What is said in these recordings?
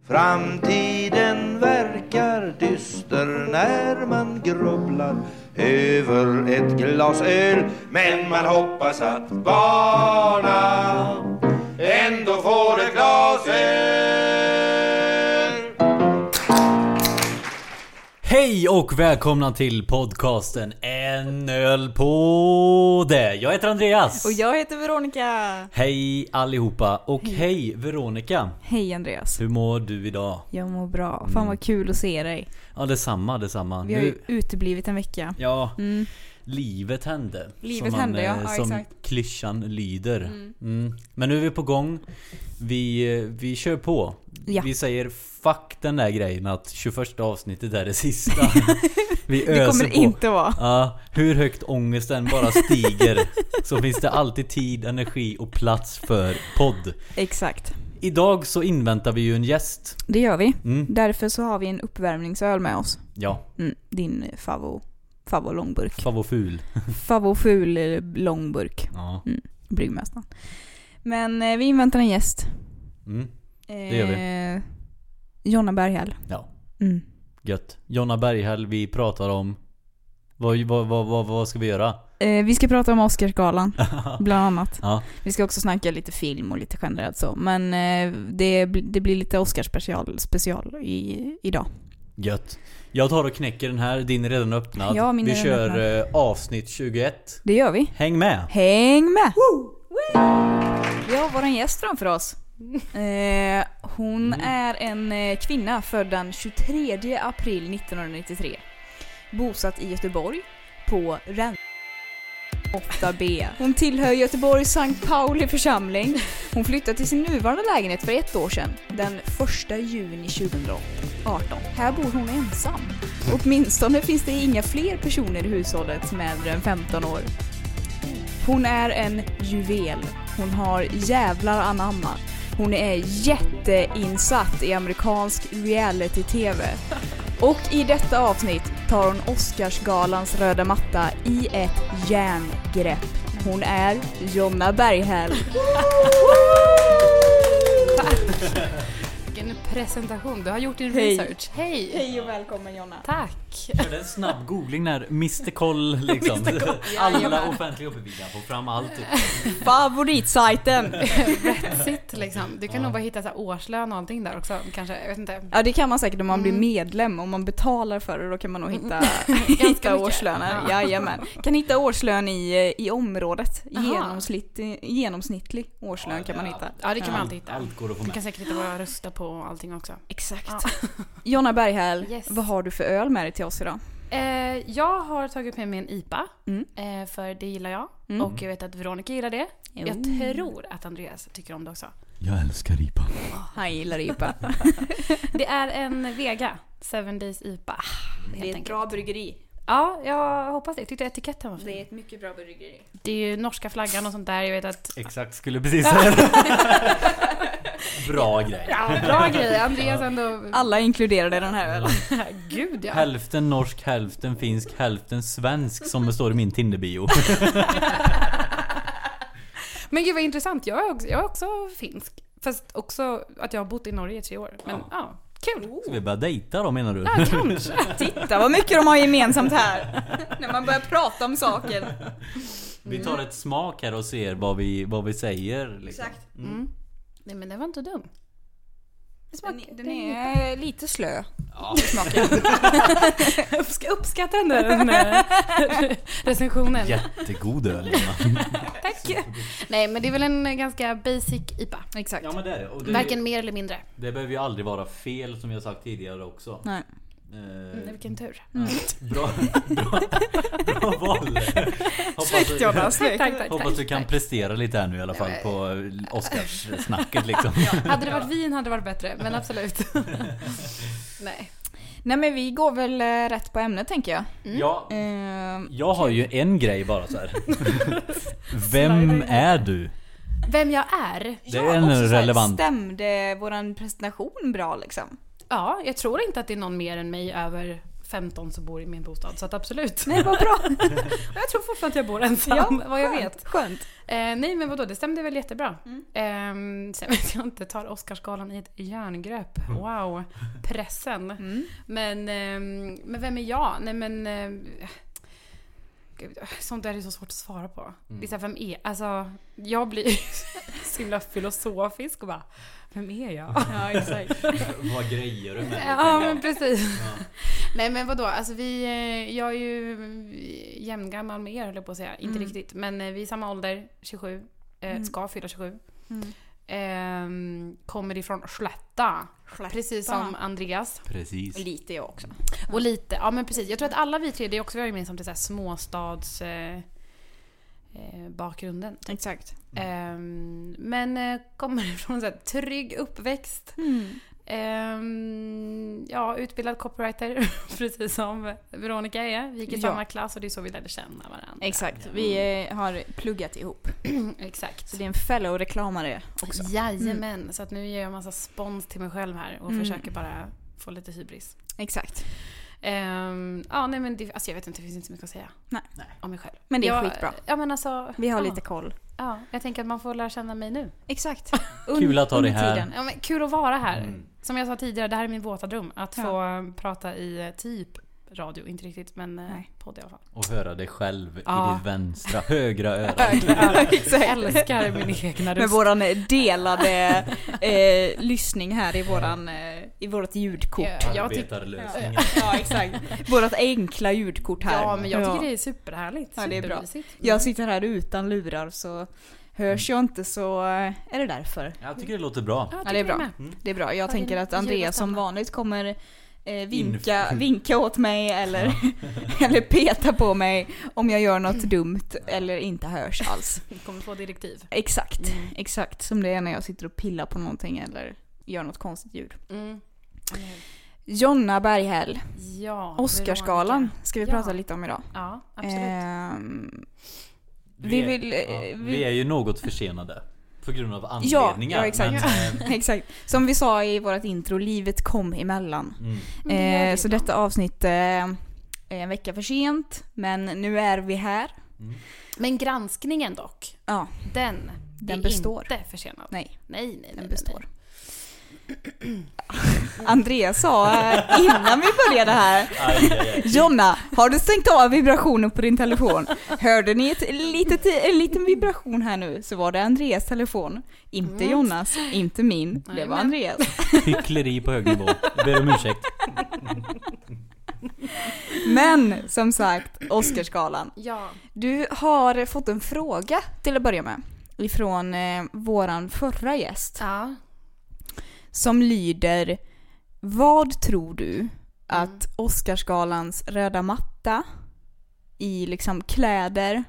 Framtiden verkar dyster när man grubblar över ett glas öl. Men man hoppas att barna ändå får ett glas öl. Hej och välkomna till podcasten En öl på det. Jag heter Andreas. Och jag heter Veronica. Hej allihopa. Och hej Veronica. Hej Andreas. Hur mår du idag? Jag mår bra. Fan vad kul att se dig. Ja, detsamma. Vi har ju uteblivit en vecka. Ja, livet hände. Livet hände, ja, som exakt. klyschan lyder. Men nu är vi på gång. Vi kör på. Ja. Vi säger fuck den där grejen att 21 avsnittet är det sista. Vi öser det kommer på. inte vara. Ja, hur högt ångesten bara stiger så finns det alltid tid, energi och plats för podd. Exakt. Idag så inväntar vi ju en gäst. Det gör vi. Därför så har vi en uppvärmningsöl med oss. Ja. Din favvo långburk. Favoful. Favoful långburk. Ja. Bryggmästaren. Men vi inväntar en gäst. Det gör vi. Jonna Berghäll. Ja. Gött. Jonna Berghäll, vi pratar om vad ska vi göra? Vi ska prata om Oscarsgalan bland annat. Ja. Vi ska också snacka lite film och lite generellt så. Men det blir lite Oscars-special idag. Gött. Jag tar och knäcker den här. Din är redan öppnad. Ja, min är vi redan kör öppnad. avsnitt 21. Det gör vi. Häng med. Häng med! Vi har våran gäst framför oss. Hon är en kvinna född den 23 april 1993. Bosatt i Göteborg på Ränn 8B. Hon tillhör Göteborgs Sankt Pauli församling. Hon flyttade till sin nuvarande lägenhet för 1 år sedan, den 1 juni 2018. Här bor hon ensam. Åtminstone finns det inga fler personer i hushållet som är äldre än 15 år. Hon är en juvel. Hon har jävlar anamma. Hon är jätteinsatt i amerikansk reality-tv. Och i detta avsnitt tar hon Oscarsgalans röda matta i ett järngrepp. Hon är Jonna Berghäll. Vilken presentation. Du har gjort din research. Hej! Hej och välkommen Jonna. Tack! Det är en snabb googling när Mr. Koll liksom. Alla offentliga uppbyggnader får fram allt. Favoritsajten. Rättsigt liksom. Du kan nog bara hitta så här årslön och allting där också. Kanske, jag vet inte. Ja, det kan man säkert om man blir medlem. Om man betalar för det, då kan man nog hitta årslöner. Ja. Jajamän. Kan hitta årslön i området. Aha. Genomsnittlig årslön kan man hitta. Ja, det kan man alltid hitta. Allt går att få Du med. kan säkert hitta vad jag röstar på och allting också. Exakt. Ja. Jonna Berghäll, Yes. vad har du för öl med dig till oss idag? Jag har tagit med mig en IPA. För det gillar jag. Och jag vet att Veronica gillar det. Jo. Jag tror att Andreas tycker om det också. Jag älskar IPA. Han gillar IPA. Det är en Vega 7 Days IPA. Det är ett bra bryggeri. Ja, jag hoppas det. Jag tyckte etiketten var fin. Det är ett mycket bra bryggeri. Det är ju norska flaggan och sånt där. Jag vet att... Exakt, skulle precis säga det. Bra grej. Ja, bra grej. Andreas ändå... Alla inkluderade i den här ölen. Gud, ja. Hälften norsk, hälften finsk, hälften svensk som det står i min Tinder-bio. Men gud vad intressant. Jag är också finsk. Fast också att jag har bott i Norge i 3 år. Men ja, kul. Ska vi börja dejta då, menar du? Ja, kanske. Titta vad mycket de har gemensamt här. När man börjar prata om saker. Vi tar ett smak här och ser vad vi säger liksom. Exakt. Nej, men det var inte dum. Den är lite slö. Ja. Jag ska uppskatta den där recensionen. Jättegod öl. Tack. Nej, men det är väl en ganska basic IPA. Exakt. Ja, men det är det. Och det. Varken mer eller mindre. Det behöver ju aldrig vara fel, som jag sagt tidigare också. Nej. Vilken tur. Bra val. Snyggt Jonas, snyggt. Tack. Hoppas du kan prestera lite här nu i alla fall på Oscars-snacket liksom. Hade det varit vin hade det varit bättre, men absolut. Nej. Nej, men vi går väl rätt på ämnet, tänker jag. Ja, jag har ju en grej bara så här. Vem är du? Vem jag är? Det är en relevant. Stämde våran presentation bra liksom? Ja, jag tror inte att det är någon mer än mig över 15 som bor i min bostad. Så att absolut. Nej, vad bra. Och jag tror fortfarande att jag bor ensam, vad jag vet. Skönt. Nej, men vadå, det stämde väl jättebra. Sen vet jag inte, tar Oscarsgalan i ett järngrepp. Wow, pressen. Men vem är jag? Nej, men... Gud, sånt där är så svårt att svara på. Det är så här, vem är... Alltså, jag blir så himla filosofisk och bara... Vem är jag? Ja, exakt. Vad grejer du med? Ja, men precis. Ja. Nej, men vadå? Alltså jag är ju jämngammal med er, höll jag på att säga. Inte riktigt. Men vi är i samma ålder, 27. Ska fylla 27. Kommer ifrån Slätta. Precis som Andreas. Precis. Lite jag också. Och lite, ja men precis. Jag tror att alla vi tre, det är också vi har gemensamt i så här småstads bakgrunden. Exakt. Men kommer ifrån så här trygg uppväxt. Ja, utbildad copywriter. Precis som Veronica är. Vi gick i samma klass och det är så vi lärde känna varandra. Exakt. Vi har pluggat ihop. Exakt. Så det är en fellow reklamare också. Jajamän. Så att nu ger jag en massa spons till mig själv här och försöker bara få lite hybris. Exakt. Ja, nej men alltså jag vet inte, det finns inte så mycket att säga. Nej. Om mig själv. Men det är skitbra. Ja, men alltså, Vi har lite koll. Ja, jag tänker att man får lära känna mig nu. Exakt. Kul att ha dig här. Tiden. Ja, men kul att vara här. Som jag sa tidigare, det här är min våta dröm. Att få prata i typ radio, inte riktigt, men podd i alla fall. Och höra dig själv i ditt vänstra, högra öra. Jag älskar min egna röst. Med våran delade lyssning här i vårat ljudkort. Arbetarlösningen. Ja, exakt. Vårat enkla ljudkort här. Ja, men jag tycker det är superhärligt. Ja, det är bra. Supermysigt. Jag sitter här utan lurar, så hörs jag inte så är det därför. Jag tycker det låter bra. Ja, det är bra. Det är bra. Jag tänker att Andreas som vanligt kommer vinka åt mig eller peta på mig om jag gör något dumt eller inte hörs alls. Kommer få direktiv. Exakt som det är när jag sitter och pillar på någonting eller gör något konstigt ljud. Jonna Berghäll. Ja, Oscarsgalan ska vi prata lite om idag. Ja, absolut. Vi är ju något försenade på grund av anledningar. Ja, exakt. Men, exakt. Som vi sa i vårt intro, livet kom emellan. Så detta avsnitt är en vecka för sent, men nu är vi här. Men granskningen dock. Ja. Den består. Inte försenad. Nej, den består. Nej. Andreas sa innan vi började här: Jonna, har du stängt av vibrationen på din telefon? Hörde ni en liten vibration här nu, så var det Andreas telefon. Inte Jonas, inte min. Det var Andreas. Hyckleri på hög nivå. Ber om ursäkt. Men som sagt, Oscarsgalan. Ja. Du har fått en fråga till att börja med ifrån våran förra gäst. Ja. Som lyder: vad tror du att Oscarsgalans röda matta i liksom kläder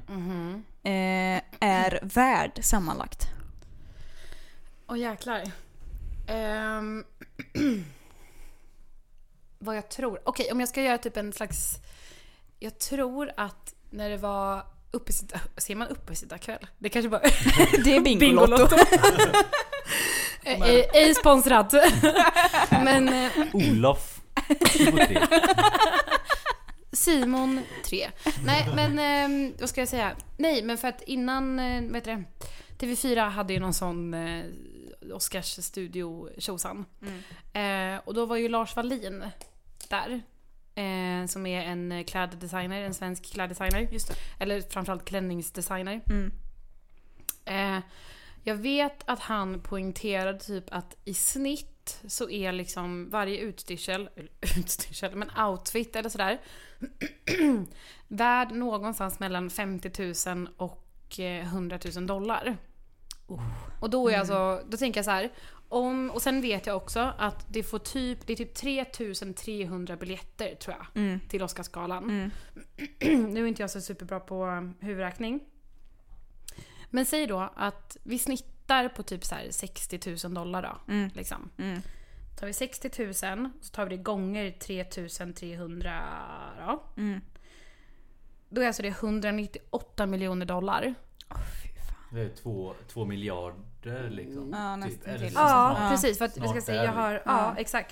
är värd sammanlagt? Åh jäklar. Vad jag tror. Okej, om jag ska göra typ en slags... Jag tror att när det var ser man uppesittarkväll? Det kanske bara... Det är Bingolotto. Ej sponsrat. Men Olof 23. Simon 3. Nej, men vad ska jag säga? Nej, men för att innan TV4 hade ju någon sån Oscars studio showsan. Och då var ju Lars Wallin där. Som är en kläddesigner, en svensk kläddesigner. Just det. Eller framförallt klänningsdesigner. Jag vet att han poängterade typ att i snitt så är liksom varje utstyrsel men outfit eller sådär värd någonstans mellan 50 000 och $100,000. Och då är alltså, då tänker jag så här, och sen vet jag också att det är typ 3300 biljetter tror jag till Oscarsgalan. Nu är inte jag så superbra på huvudräkning. Men säg då att vi snittar på typ så här $60,000 då. Liksom. Tar vi 60 000 så tar vi det gånger 3300 då. Då är alltså det $198 miljoner. Det är 2 miljarder liksom. Ja, typ. nästan till. Ja, precis. För att Snart jag ska säga, jag har... Ja, exakt.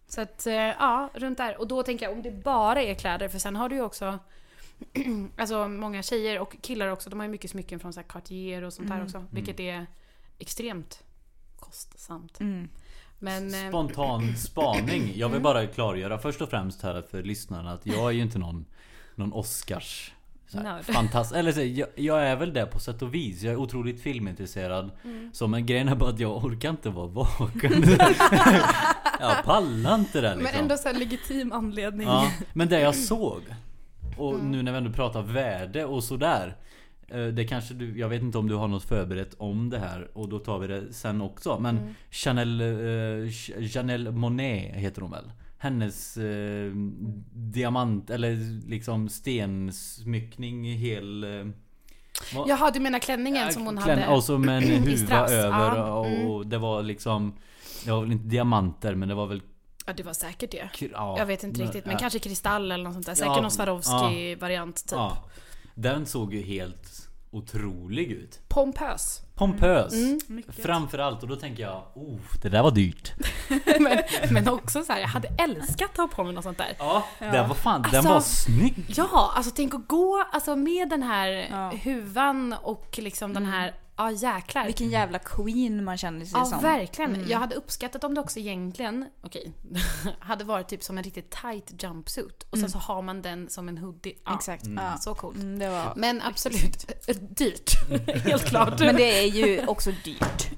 Så att, ja, runt där. Och då tänker jag, om det bara är kläder, för sen har du ju också alltså många tjejer och killar också, de har ju mycket smycken från så här Cartier och sånt där också, vilket är extremt kostsamt. Men, spontan spaning. Jag vill bara klargöra först och främst här för lyssnarna att jag är ju inte någon Oscars fantastisk. Eller så, jag är väl det på sätt och vis. Jag är otroligt filmintresserad. Så men grejen är bara att jag orkar inte vara vaken. Jag pallar inte det liksom. Men ändå så här legitim anledning. Ja, men det jag såg, och nu när vi ändå pratar värde och sådär, det kanske du, jag vet inte om du har något förberett om det här, och då tar vi det sen också. Men Janelle Monáe heter hon väl? Hennes diamant eller liksom stensmyckning hel Jaha, du menar klänningen som hon hade? Och så med en huva strass, över och det var liksom, det var väl inte diamanter, men det var väl, ja, det var säkert det. Ja, jag vet inte riktigt, men kanske kristall eller något sånt där. Säkert någon Swarovski-variant typ. Ja. Den såg ju helt otrolig ut. Pompös. Framförallt, och då tänker jag, det där var dyrt. men också så här, jag hade älskat att ha på mig något sånt där. Ja. Det var fan, alltså, den var snygg. Ja, alltså tänk att gå alltså, med den här huvan och liksom den här, ja jäklar. Vilken jävla queen man känner sig som. Ja, verkligen. Jag hade uppskattat om det också egentligen, hade varit typ som en riktigt tight jumpsuit. Och sen så har man den som en hoodie. Ja, exakt. Så coolt. Det var men absolut, dyrt. Helt klart. Men det är ju också dyrt.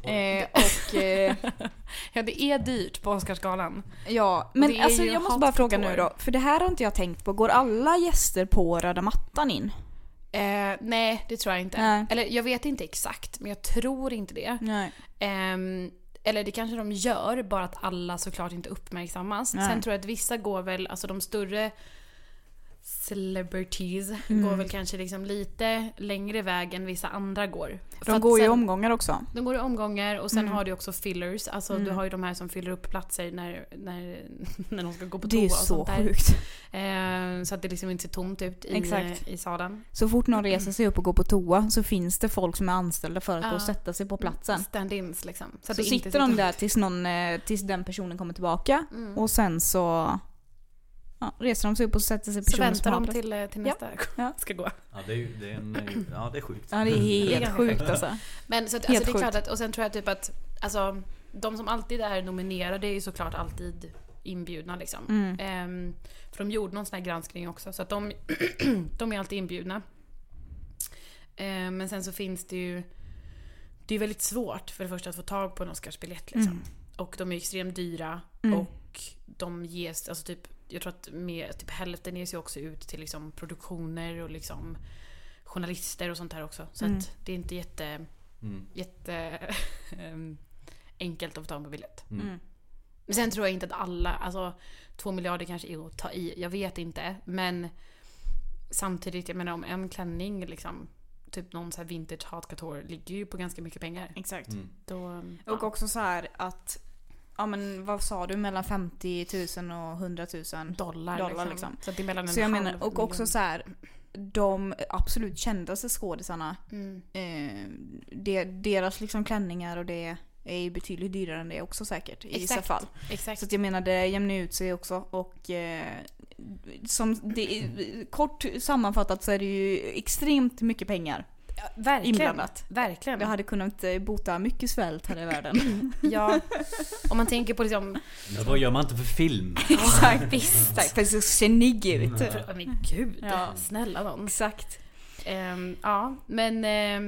Ja, det är dyrt på Oscarsgalan. Ja, men alltså jag måste bara fråga nu då. För det här har inte jag tänkt på. Går alla gäster på röda mattan in? Nej, det tror jag inte. Nej. Eller jag vet inte exakt, men jag tror inte det. Nej. Eller det kanske de gör, bara att alla såklart inte uppmärksammas. Nej. Sen tror jag att vissa går väl, alltså de större celebrities går väl kanske liksom lite längre väg än vissa andra går. De går ju i omgångar också. De går i omgångar, och sen har du också fillers. Alltså du har ju de här som fyller upp platser när de ska gå på toa och sånt där. Det är så sjukt. Så att det liksom inte ser tomt ut i salen. Så fort någon reser sig upp och går på toa så finns det folk som är anställda för att gå och sätta sig på platsen. Stand-ins liksom. Så det sitter de där tills den personen kommer tillbaka. Och sen så reser de sig upp och sätter sig personen så väntar de till nästa ska gå. Ja, det är sjukt. Ja, det är helt sjukt alltså. Men så att, alltså, det är klart att, och sen tror jag typ att alltså, de som alltid är nominerade är ju såklart alltid inbjudna liksom. För de gjorde någon sån här granskning också, så att de är alltid inbjudna. Men sen så finns det ju, det är väldigt svårt för det första att få tag på en Oscarsbiljett liksom. Och de är extremt dyra och de ges, alltså typ, jag tror att med typ hälften ges ju också ut till liksom produktioner och liksom journalister och sånt här också. Så att det är inte jätte enkelt att få tag på biljett. Men sen tror jag inte att alla, alltså 2 miljarder kanske är att ta i, jag vet inte, men samtidigt, jag menar om en klänning liksom, typ någon så här vintage haute couture ligger ju på ganska mycket pengar. Exakt. Då, och också så här att men vad sa du, mellan 50 000 och 100 000 dollar liksom. Så det är mellan så jag menar, och också så här, de absolut kändaste skådisarna, deras liksom klänningar och det är ju betydligt dyrare än det också säkert i vissa fall. Exakt. Så att jag menar, det jämnar ut sig också, och som det kort sammanfattat så är det ju extremt mycket pengar. Inblandat. Verkligen. Det hade kunnat bota mycket svält här i världen. Ja, om man tänker på liksom... Men vad gör man inte för film? Exakt, visst. För så snygg ut. Men gud, snälla någon. Exakt. Ja, men...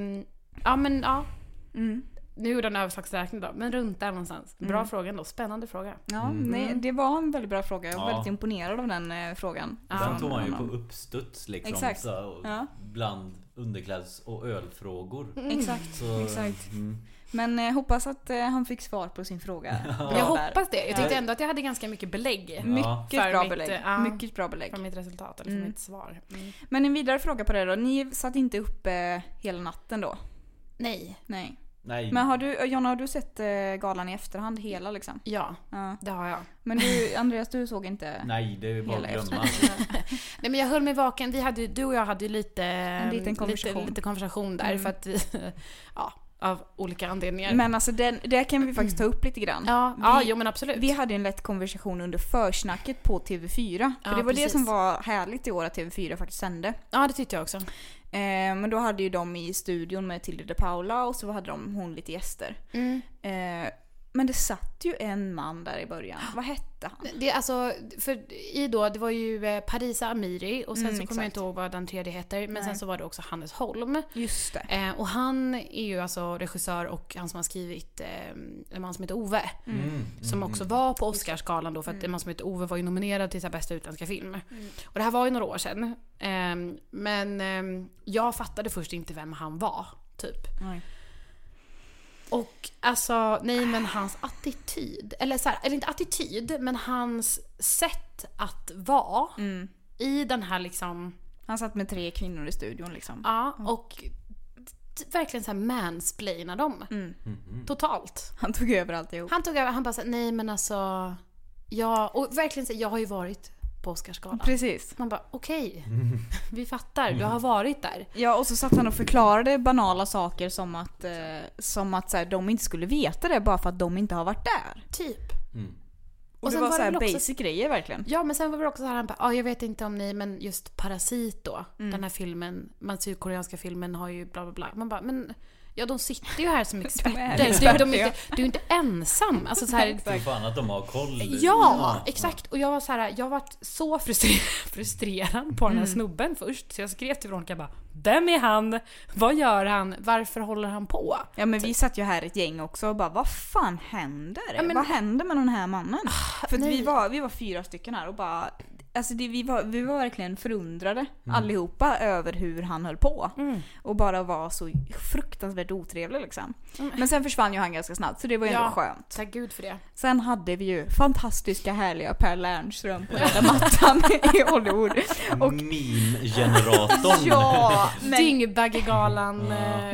Nu gjorde jag en överslagsräkning då, men runt där någonstans. Bra fråga då, spännande fråga. Ja, nej, det var en väldigt bra fråga. Jag var väldigt imponerad av den frågan. Den tog man ju på uppstuds liksom. Exakt. Så, bland underkläds- och ölfrågor. Exakt, så, exakt. Men hoppas att han fick svar på sin fråga. Jag hoppas det. Jag tyckte ändå att jag hade ganska mycket belägg. Mycket bra belägg. För mitt resultat, eller för mitt svar. Men en vidare fråga på det då. Ni satt inte uppe hela natten då? Nej. Nej. Men Jonna, har du sett galan i efterhand hela liksom? Ja, det har jag. Men du, Andreas, du såg inte? Nej, det är bara att glömma. Nej, men jag höll mig vaken. Du och jag hade ju lite konversation. Lite konversation där, för att av olika anledningar. Men alltså det kan vi faktiskt ta upp lite grann. Jo men absolut. Vi hade en lätt konversation under försnacket på TV4. För det var det som var härligt i år att TV4 faktiskt sände. Ja, det tyckte jag också. Men då hade ju de i studion med Tilde de Paula och så hade hon lite gäster. Men det satt ju en man där i början. Vad hette han? Det, alltså, det var ju Parisa Amiri och sen så kommer jag inte ihåg vad den tredje heter. Men sen så var det också Hannes Holm. Just det. Och han är ju alltså regissör och han som har skrivit en man som heter Ove. Som också var på Oscarsgalan då, för att en man som heter Ove var ju nominerad till så här bästa utländska film. Och det här var ju några år sedan. Men jag fattade först inte vem han var, typ. Nej. Och alltså, nej men hans attityd, eller inte attityd, men hans sätt att vara i den här liksom... Han satt med 3 kvinnor i studion liksom. Ja, och verkligen så här mansplaina dem. Totalt. Han tog över alltihop. Han bara så här, nej men alltså... och verkligen så här, jag har ju varit på Oscarsgalan. Precis. Man bara, okej. Vi fattar, du har varit där. Ja, och så satt han och förklarade banala saker som att så här, de inte skulle veta det bara för att de inte har varit där. Typ. Och det var så här basic grejer verkligen. Ja, men sen var det också så här, han bara, jag vet inte om ni, men just Parasit då, den här filmen, sydkoreanska filmen har ju bla bla bla. Man bara, men... Ja, de sitter ju här som experter. Du är ju inte ensam. Alltså så här, det är fan att de har koll. Ja, exakt. Och jag var så här, jag var så frustrerad på den här snubben först. Så jag skrev till Veronica bara, vem är han? Vad gör han? Varför håller han på? Ja, men vi satt ju här ett gäng också och bara, vad fan händer? Ja, men... Vad händer med den här mannen? För att vi var 4 stycken här och bara... Alltså vi var verkligen förundrade allihopa över hur han höll på. Och bara var så fruktansvärt otrevlig liksom. Men sen försvann ju han ganska snabbt, så det var ju ändå skönt. Tack Gud för det. Sen hade vi ju fantastiska härliga Per Lernström på den mattan i Hollywood. Och meme-generatorn. Ja, Dyngbaggegalan.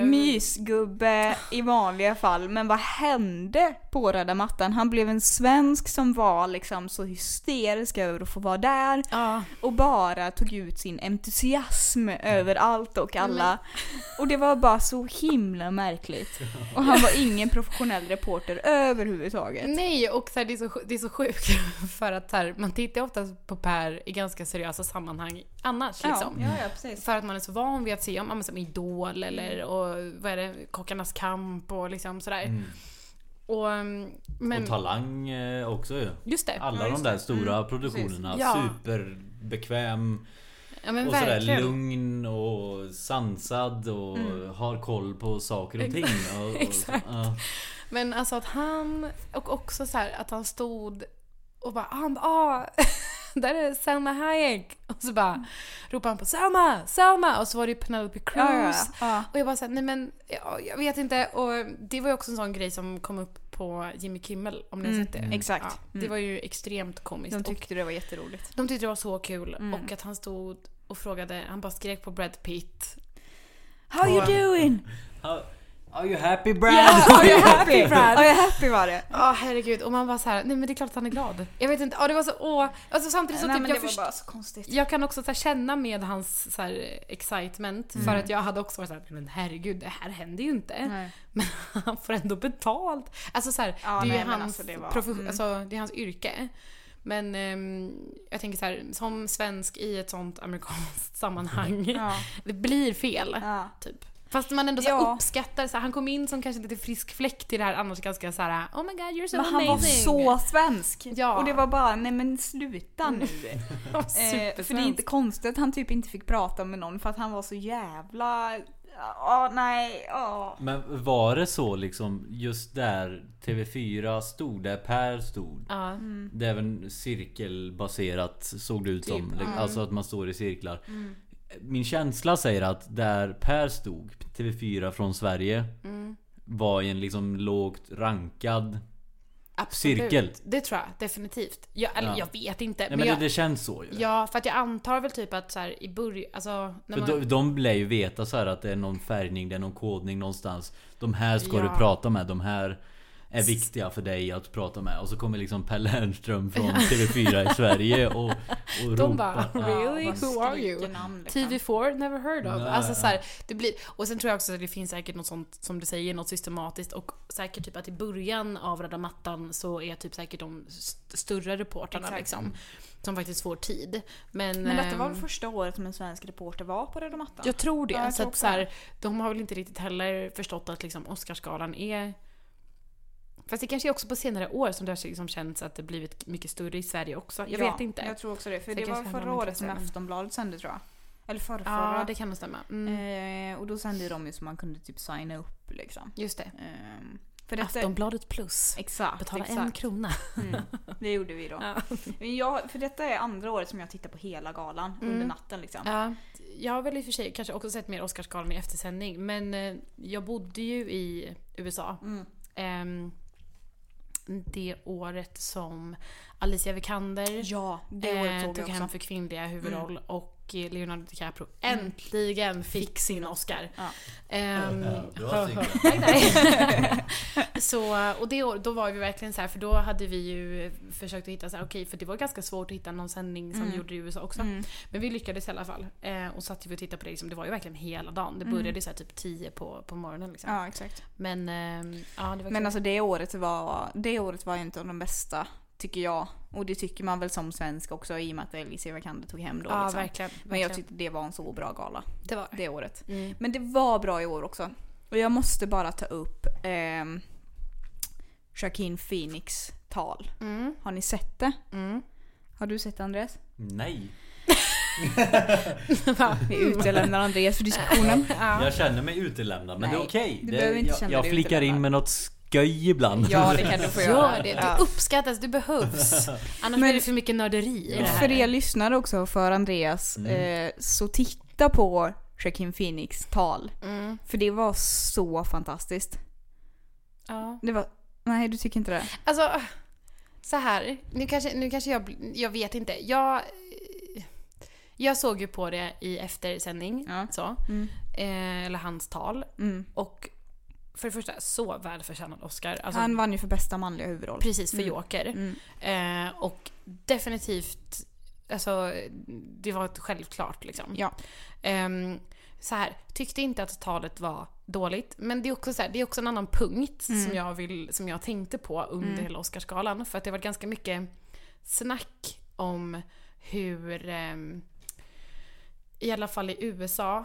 Mysgubbe i vanliga fall. Men vad hände på röda mattan? Han blev en svensk som var liksom så hysterisk över att få vara där. Och bara tog ut sin entusiasm över allt och alla. Och det var bara så himla märkligt. Och han var ingen professionell reporter överhuvudtaget. Nej, och så här, det är så sjukt för att här, man tittar ofta på Per i ganska seriösa sammanhang annars liksom. Ja, precis. För att man är så van vid att se om som Idol eller och vad är det, Kockarnas kamp och liksom sådär. Och Talang också ju. Just det. Alla de där stora produktionerna. Superbekväm. Ja, men och verkligen. sådär lugn och sansad och har koll på saker och ting. Exakt. Men alltså att han, och också så här att han stod och bara där är Selma Hayek. Och så bara ropade han på Selma. Och så var det Penelope Cruz. Och jag bara såhär, nej men jag vet inte. Och det var ju också en sån grej som kom upp på Jimmy Kimmel, om ni har sett det. Exakt. Det var ju extremt komiskt. De tyckte det var jätteroligt. De tyckte det var så kul. Och att han stod och frågade, han bara skrek på Brad Pitt. How you doing? Are you happy, Brad? Yeah, are you happy, Brad? Are you happy var det? Herregud. Och man var så här, nej men det är klart att han är glad. Jag vet inte, det var så, alltså samtidigt så nej, typ, jag var bara så konstigt. Jag kan också så här, känna med hans så här, excitement. För att jag hade också varit så här, men herregud, det här händer ju inte. Nej. Men han får ändå betalt. Alltså så här, det är ju hans, alltså, det är hans yrke. Men jag tänker så här, som svensk i ett sånt amerikanskt sammanhang, det blir fel, typ. Fast man ändå så uppskattar så här, han kom in som kanske lite frisk fläkt i det här annars ganska så här, oh my god, you're so amazing. Men han var så svensk. Ja. Och det var bara, nej men sluta nu. För det är inte konstigt att han typ inte fick prata med någon för att han var så jävla Men var det så liksom just där TV4 stod, där Per stod? Det är väl cirkelbaserat såg det ut som, alltså att man står i cirklar. Min känsla säger att där Per stod, TV4 från Sverige, var i en liksom lågt rankad cirkel. Det tror jag definitivt. Jag vet inte. Nej, men det känns så ju. Ja, för att jag antar väl typ att så här, i början, alltså, när de lär ju veta så här att det är någon färgning, det är någon kodning någonstans. De här ska du prata med, de här är viktiga för dig att prata med. Och så kommer liksom Per Lernström från TV4 i Sverige och Och de bara, ropar. really? Ja, Who are you? namn, liksom. TV4, never heard of. Nej. Alltså så här, det blir, och sen tror jag också att det finns säkert något sånt, som du säger, något systematiskt, och säkert typ att i början av Röda mattan så är typ säkert de större reportrarna Exakt. liksom, som faktiskt får tid. Men detta var väl första året som en svensk reporter var på Röda mattan? jag tror det. Ja, jag så tror att också så här, de har väl inte riktigt heller förstått att liksom Oscarsgalan är... Fast det kanske är också på senare år som det har liksom känts att det blivit mycket större i Sverige också. Jag vet inte. Jag tror också det. För Så det var kanske förra handlar om året som intresse. Aftonbladet sände, tror jag. Eller förra. Ja, det kan nog stämma. Och då sände de ju så man kunde typ signa upp liksom. Just det. För detta... Aftonbladet plus. Exakt. Betala exakt. 1 krona. Det gjorde vi då. För detta är andra året som jag tittar på hela galan under natten liksom. Ja, jag har väl i och för sig kanske också sett mer Oscarsgalan i eftersändning, men jag bodde ju i USA. Det året som Alicia Vikander Ja, det året såg tog jag hem också. för kvinnliga huvudroll och Leonardo DiCaprio äntligen fick sin Oscar. Ja. Nej. Så, och det år, då var vi verkligen så här, för då hade vi ju försökt att hitta så här, okej, för det var ganska svårt att hitta någon sändning som gjorde det i USA också. Men vi lyckades i alla fall. Och satt vi och tittade på det liksom, det var ju verkligen hela dagen. Det började så här typ 10 på morgonen liksom. Ja, exakt. Men ja, det var Men alltså det året var inte av de bästa, tycker jag. Och det tycker man väl som svensk också, i och med att Alicia Vikander tog hem då. ja, liksom. verkligen. Men jag tyckte det var en så bra gala. det var Det året. Men det var bra i år också. Och jag måste bara ta upp Joaquin Phoenix tal. Har ni sett det? Har du sett det, Andreas? Nej. Vi utelämnar Andreas för diskussionen. Jag känner mig utelämnad, men Nej, det är okej. du behöver inte känna jag dig flikar utelämnad. in med något sköj ibland. Ja, det kan du få göra. Gör det, du uppskattas, du behövs. Annars blir det för mycket nörderi i det här. För er lyssnare också, för Andreas, så titta på Joaquin Phoenix tal. För det var så fantastiskt. Ja. Det var... Nej, du tycker inte det? Alltså, så här. Nu kanske jag vet inte. Jag såg ju på det i eftersändning. Ja. Så. Eller hans tal. Och för det första, så välförtjänad Oscar. Alltså, Han vann ju för bästa manliga huvudroll. precis, för Joker. Och definitivt, alltså, det var ett självklart liksom. Ja. Så här, tyckte inte att talet var dåligt, men det är också så här, det är också en annan punkt som jag tänkte på under hela Oscarsgalan, för att det var ganska mycket snack om hur i alla fall i USA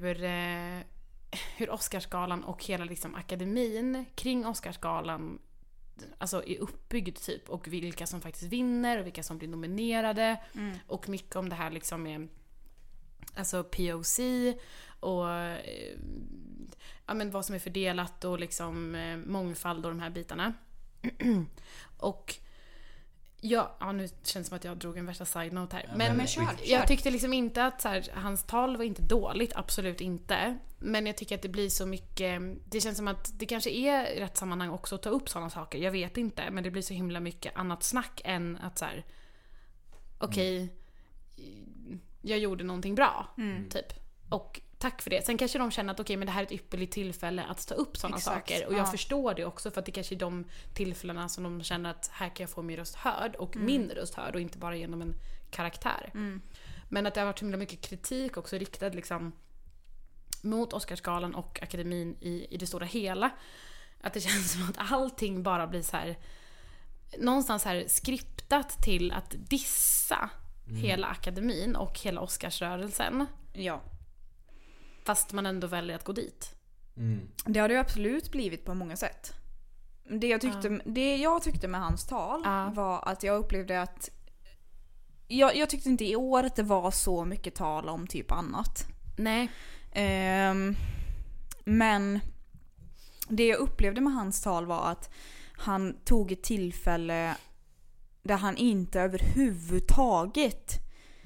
hur Oscarsgalan och hela liksom akademin kring Oscarsgalan alltså är uppbyggd typ, och vilka som faktiskt vinner och vilka som blir nominerade, och mycket om det här liksom med alltså POC och ja, men vad som är fördelat och liksom mångfald och de här bitarna. Och ja, nu känns det som att jag drog en värsta side-note här. Men kör. jag tyckte liksom inte att så här, hans tal var inte dåligt, absolut inte. Men jag tycker att det blir så mycket, det känns som att det kanske är rätt sammanhang också att ta upp sådana saker. Jag vet inte, men det blir så himla mycket annat snack än att så här, okej, jag gjorde någonting bra, typ. Och tack för det. Sen kanske de känner att okej, men det här är ett ypperligt tillfälle att ta upp sådana saker. Och jag förstår det också, för att det kanske är de tillfällena som de känner att här kan jag få min röst hörd och min röst hörd, och inte bara genom en karaktär. Men att det har varit himla mycket kritik också riktad liksom mot Oscarsgalan och akademin i det stora hela. Att det känns som att allting bara blir så här någonstans här skriptat till att dissa hela akademin och hela Oscarsrörelsen. Ja. Fast man ändå väljer att gå dit. Det har det ju absolut blivit på många sätt. Det jag tyckte med hans tal var att jag upplevde att jag tyckte inte i år att det var så mycket tal om typ annat. Nej. Men det jag upplevde med hans tal var att han tog ett tillfälle där han inte överhuvudtaget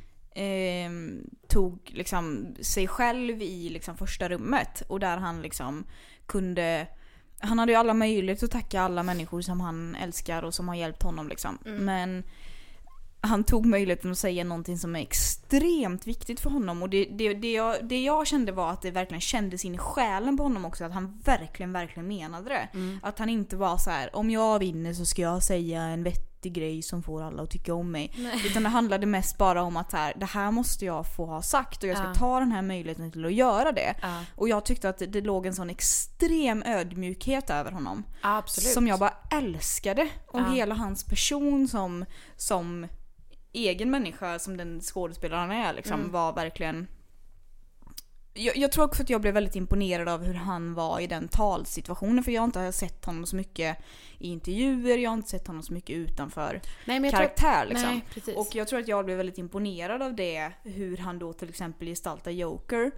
tog liksom sig själv i liksom första rummet, och där han liksom kunde, han hade ju alla möjligheter att tacka alla människor som han älskar och som har hjälpt honom liksom. Men han tog möjligheten att säga någonting som är extremt viktigt för honom, och det jag kände var att det verkligen kändes in i själen på honom också, att han verkligen menade det. Att han inte var så här: om jag vinner så ska jag säga vettig grej som får alla att tycka om mig. Utan det handlade mest bara om att det här måste jag få ha sagt och jag ska ta den här möjligheten till att göra det. Och jag tyckte att det låg en sån extrem ödmjukhet över honom. Absolut. Som jag bara älskade. Och hela hans person som egen människa, som den skådespelaren är liksom, var verkligen... Jag tror också att jag blev väldigt imponerad av hur han var i den talsituationen, för jag har inte sett honom så mycket i intervjuer, jag har inte sett honom så mycket utanför karaktär liksom. Nej, och jag tror att jag blev väldigt imponerad av det, hur han då till exempel gestaltar Joker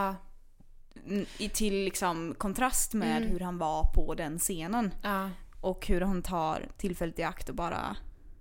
till liksom kontrast med hur han var på den scenen och hur han tar tillfället i akt och bara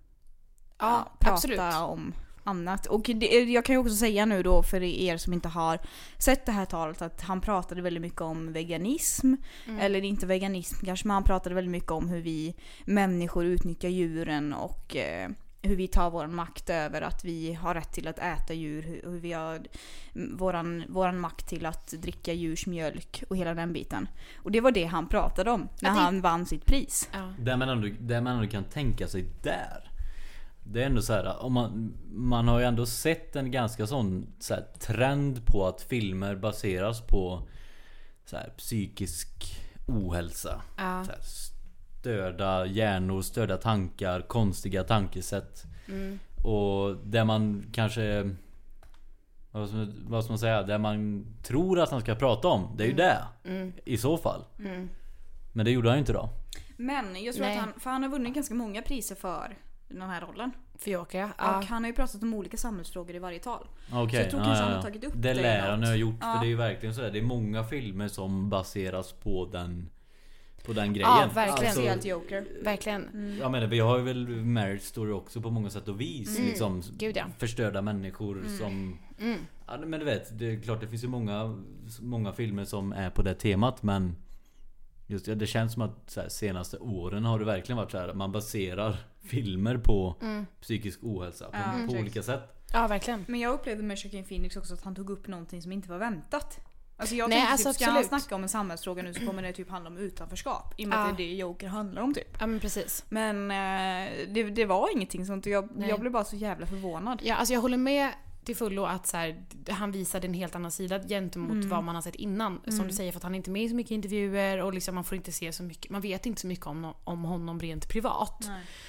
prata om annat. Och jag kan ju också säga nu då för er som inte har sett det här talet att han pratade väldigt mycket om veganism, eller inte veganism kanske, men han pratade väldigt mycket om hur vi människor utnyttjar djuren och hur vi tar våran makt över att vi har rätt till att äta djur, hur vi har våran makt till att dricka djurs mjölk och hela den biten. Och det var det han pratade om när han vann sitt pris. Det man ändå kan tänka sig där. Det är ändå så här, om man har ju ändå sett en ganska sån så här trend på att filmer baseras på så här psykisk ohälsa. Så här, störda hjärnor, störda tankar, konstiga tankesätt. Och där man kanske, vad ska man säga, där man tror att han ska prata om, det är ju det i så fall. Men det gjorde han ju inte då. Men jag tror att han har vunnit ganska många priser för den här rollen. För Joker, och han har ju pratat om olika samhällsfrågor i varje tal. Okay. Så jag tror kanske han har tagit upp det lär han ha gjort, för det är ju verkligen så där. Det är många filmer som baseras på den grejen. Ja, verkligen. Alltså, Joker. Verkligen. Jag menar, vi har ju väl Marriage Story också på många sätt och vis. Liksom, förstörda människor som... Ja, men du vet, det är klart det finns ju många filmer som är på det temat, men just det känns som att så här, senaste åren har det verkligen varit så här, man baserar filmer på psykisk ohälsa på olika sätt. Ja, verkligen. Men jag upplevde med Joaquin Phoenix också att han tog upp någonting som inte var väntat. Alltså jag tänkte typ, ska han snacka om en samhällsfråga nu så kommer det typ handla om utanförskap. I och med att det är det Joker handlar om typ. Ja, men precis. Men det var ingenting sånt och jag blev bara så jävla förvånad. Ja, alltså jag håller med till fullo att så här, han visade en helt annan sida gentemot vad man har sett innan. Som du säger, för att han är inte med i så mycket intervjuer och liksom man får inte se så mycket, man vet inte så mycket om honom rent privat.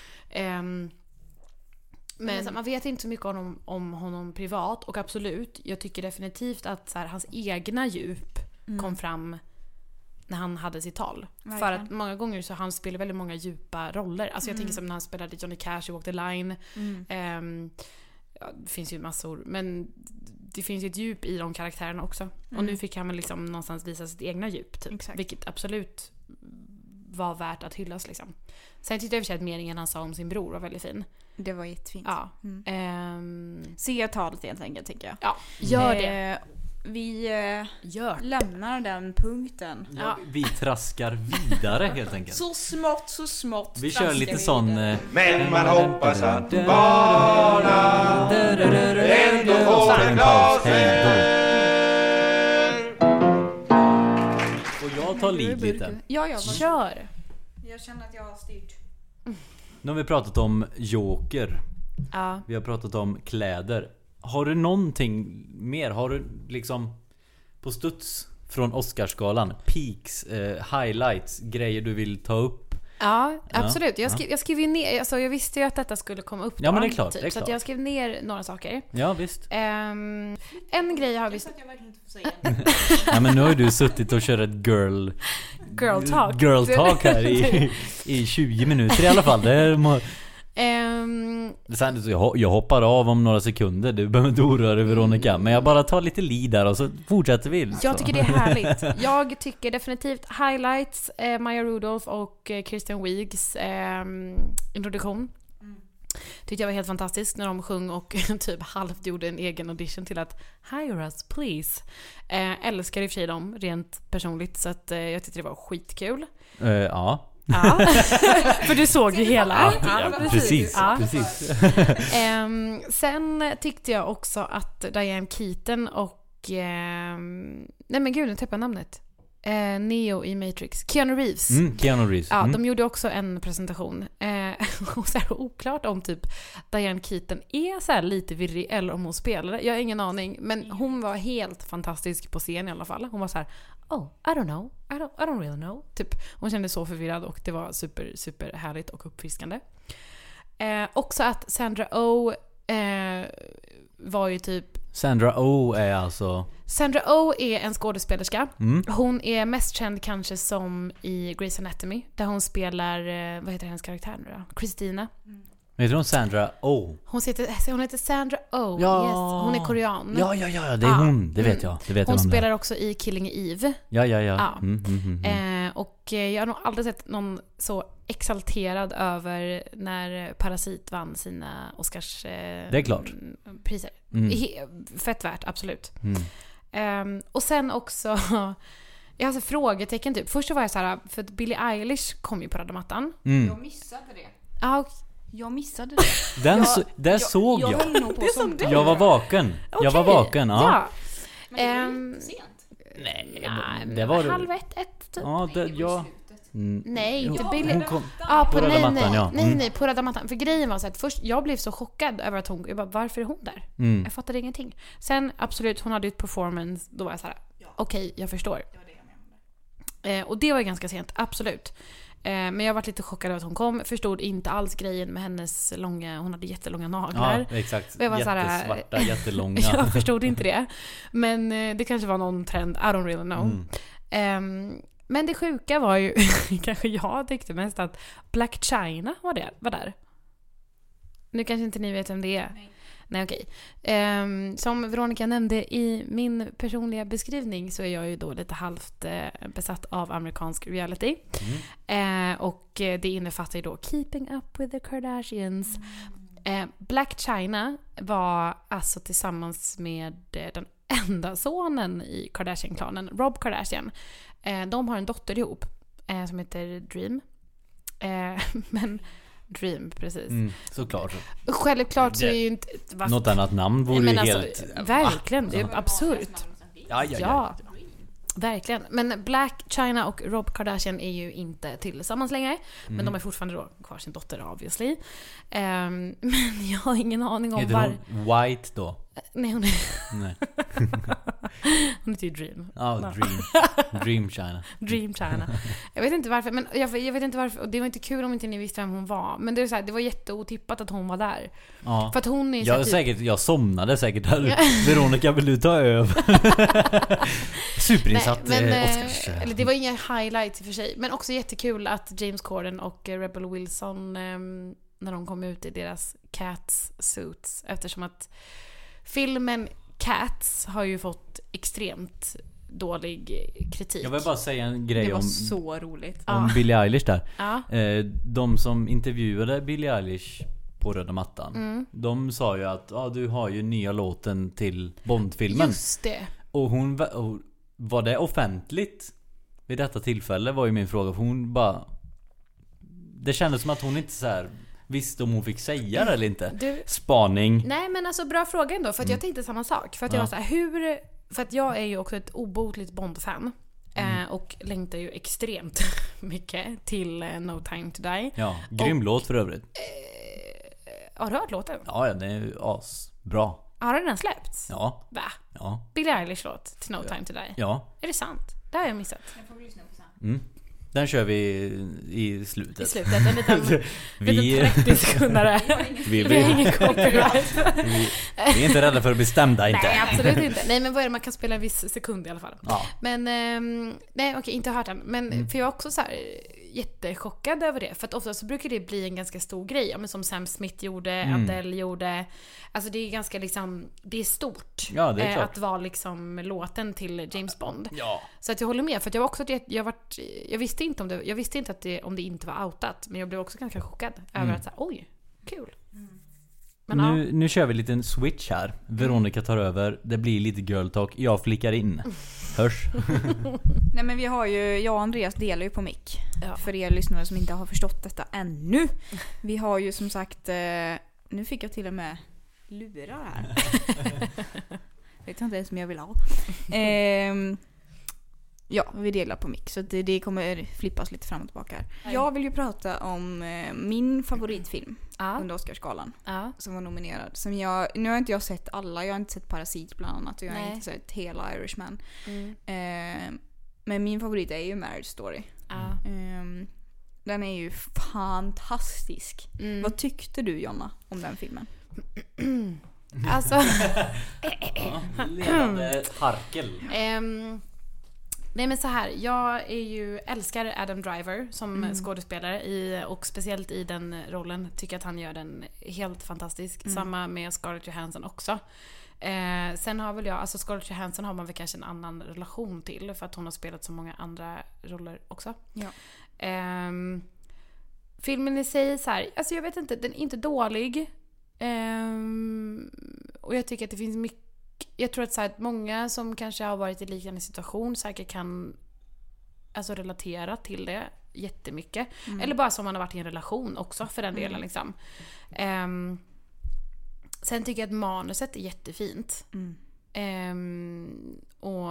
Men man vet inte så mycket om honom privat, och absolut, jag tycker definitivt att så här, hans egna djup kom fram när han hade sitt tal. Verkligen. För att många gånger så han spelar väldigt många djupa roller. Alltså jag tänker som när han spelade Johnny Cash i Walk the Line. Det finns ju massor, men det finns ju ett djup i de karaktärerna också. Och nu fick han liksom någonstans visa sitt egna djup typ. Vilket absolut var värt att hyllas liksom. Sen tyckte jag i och för sig att meningen han sa om sin bror var väldigt fin. Det var jättefint. Ja. Se talet helt enkelt, tänker jag. Ja, gör det. Vi lämnar den punkten. Ja, vi traskar vidare helt enkelt. Så smått. Vi kör lite sån... Men man hoppas att barna ändå får en glas och jag tar lead lite. Ja, kör. Jag känner att jag har styrt. Nu har vi pratat om Joker. Vi har pratat om kläder. Har du någonting mer? Har du liksom på studs från Oscarsgalan, peaks, highlights, grejer du vill ta upp? Ja, absolut. Jag skrev ju ner, alltså jag visste ju att detta skulle komma upp. Ja, men det är klart, typ, så att jag skrev ner några saker. Ja, visst. En grej har vi... Jag verkligen inte får säga. Ja, men nu har du suttit och kört ett girl talk här i 20 minuter i alla fall. Jag hoppar av om några sekunder. Du behöver inte oroa dig, Veronica. Men jag bara tar lite lead där och så fortsätter vi. Jag tycker det är härligt. Jag tycker definitivt highlights, Maya Rudolph och Kristen Wiggs introduktion. Tyckte jag var helt fantastisk när de sjöng och typ halvt gjorde en egen audition till att hire us please. Älskar i och för sig dem rent personligt, så att jag tyckte det var skitkul. Ja. För du såg ju hela. Ja, precis. Sen tyckte jag också att Diane Keaton och nej men gud, nu tappade jag namnet. Neo i Matrix. Keanu Reeves. Keanu Reeves. Ja, de gjorde också en presentation. Och så här oklart om typ Diane Keaton är så här lite virrig eller om hon spelade. Jag har ingen aning. Men hon var helt fantastisk på scen i alla fall. Hon var så här, I don't know. I don't really know. Typ, hon kände så förvirrad och det var super, super härligt och uppfriskande. Också att Sandra Oh var ju typ... Sandra Oh är alltså... Sandra Oh är en skådespelerska. Hon är mest känd kanske som i Grey's Anatomy, där hon spelar, vad heter hennes karaktär nu då? Christina. Heter hon Sandra Oh? Hon heter Sandra Oh, ja. yes. Hon är korean. Ja, det är hon. Det vet jag. Hon spelar också i Killing Eve. Ja. Och jag har nog aldrig sett någon så exalterad över när Parasit vann sina Oscars det är klart. Priser. Fett värt, absolut. Och sen också jag har så frågetecken typ. Först så var jag så här, för att Billie Eilish kom ju på röda mattan. Jag missade det. Ja, jag missade det. Där såg jag. höll nog på det som du. Jag var vaken. Okay. Jag var vaken, ja. Men det var sent. Nej, det var 1:30 typ. Ja, Nej, inte Billie. Hon kom på röda mattan, ja. Nej, på röda mattan. För grejen var så att först, jag blev så chockad över att hon, jag bara, varför är hon där? Jag fattade ingenting. Sen, absolut, hon hade ju ett performance, då var jag så här, okej, jag förstår. Och det var ju ganska sent, absolut. Men jag var lite chockad över att hon kom. Förstod inte alls grejen med hennes långa... Hon hade jättelånga naglar. Ja, exakt. Jag var jättesvarta, jättelånga. Jag förstod inte det. Men det kanske var någon trend. I don't really know. Men det sjuka var ju... kanske jag tyckte mest att Black China var där. Nu kanske inte ni vet vem det är. Nej, okej. Som Veronica nämnde i min personliga beskrivning så är jag ju då lite halvt besatt av amerikansk reality. Och det innefattar ju då Keeping Up with the Kardashians. Black China var alltså tillsammans med den enda sonen i Kardashian-klanen, Rob Kardashian. De har en dotter ihop som heter Dream. Men... Dream, precis. Såklart. Självklart så är ju inte... Något annat namn vore ju helt... Verkligen, det är absurt. Ja. Verkligen. Men Black China och Rob Kardashian är ju inte tillsammans längre. Men de är fortfarande då kvar sin dotter, obviously. Men jag har ingen aning om var... White då? Nej, hon är... Nej. Hon heter ju Dream. Ja, Dream China. Dream China. Jag vet inte varför, men jag vet inte varför. Och det var inte kul om inte ni visste vem hon var. Men det är så här, det var jätteotippat att hon var där. Ja. För att hon är jag somnade säkert där. Veronica, vill du ta över? Superinsatt Oscars. Eller det var inga highlights i och för sig. Men också jättekul att James Corden och Rebel Wilson när de kom ut i deras Cats suits. Eftersom att filmen Cats har ju fått extremt dålig kritik. Jag vill bara säga en grej det var så roligt. Om Billie Eilish där. Ja. De som intervjuade Billie Eilish på röda mattan, de sa ju att du har ju nya låten till Bond-filmen. Just det. Och var det offentligt vid detta tillfälle var ju min fråga. För hon bara... Det kändes som att hon inte så här visste om hon fick säga det eller inte. Spaning. Nej, men alltså bra fråga ändå. För att jag tänkte samma sak. För att jag var så här, för att jag är ju också ett obotligt Bond-fan. Och längtar ju extremt mycket till No Time To Die. Ja, grym låt för övrigt. Har du hört låten? Ja, den är ju asbra. Har den släppts? Ja. Va? Ja. Billie Eilish låt till No Time To Die? Ja. Är det sant? Det har jag missat. Jag får lyssna på sen. Den kör vi i slutet. I slutet, en liten 30 sekunder. Vi har ingen copyright. Vi är inte rädda för att bli stämda, inte. Nej, absolut inte. Nej, men vad är det? Man kan spela en viss sekund i alla fall. Ja. Men, nej okej, inte hört den. Men för jag är också så här jättechockad över det. För att ofta så brukar det bli en ganska stor grej. Ja, men som Sam Smith gjorde, Adele gjorde. Alltså det är ganska liksom, det är stort. Ja, det är klart. Att vara liksom låten till James Bond. Ja. Så att jag håller med. För att jag var också, jag visste inte om det, jag visste inte att om det inte var outat. Men jag blev också ganska chockad över att så här, oj, kul. Men nu kör vi en liten switch här. Veronica tar över. Det blir lite girl talk. Jag flickar in. Hörs. Nej, men vi har ju, jag och Andreas delar ju på mick. Ja. För er lyssnare som inte har förstått detta ännu. Vi har ju som sagt, nu fick jag till och med lurar här. Vet jag inte ens om jag vill ha. Ja, vi delar på mick så det kommer flippas lite fram och tillbaka här. Jag vill ju prata om min favoritfilm under Oscarsgalan som var nominerad. Nu har inte jag sett alla, jag har inte sett Parasit bland annat och jag har inte sett hela Irishman. Men min favorit är ju Marriage Story. Den är ju fantastisk. Vad tyckte du, Jonna, om den filmen? Alltså ledande harkel. Nej men så här, jag älskar Adam Driver som skådespelare och speciellt i den rollen tycker att han gör den helt fantastisk. Samma med Scarlett Johansson också. Sen har väl alltså Scarlett Johansson har man väl kanske en annan relation till för att hon har spelat så många andra roller också. Ja. Filmen i sig så här, alltså jag vet inte, den är inte dålig. Och jag tycker att det finns mycket. Jag tror att så här, många som kanske har varit i liknande situation säkert kan alltså relatera till det jättemycket. Eller bara som man har varit i en relation också för den delen liksom. Sen tycker jag att manuset är jättefint. Och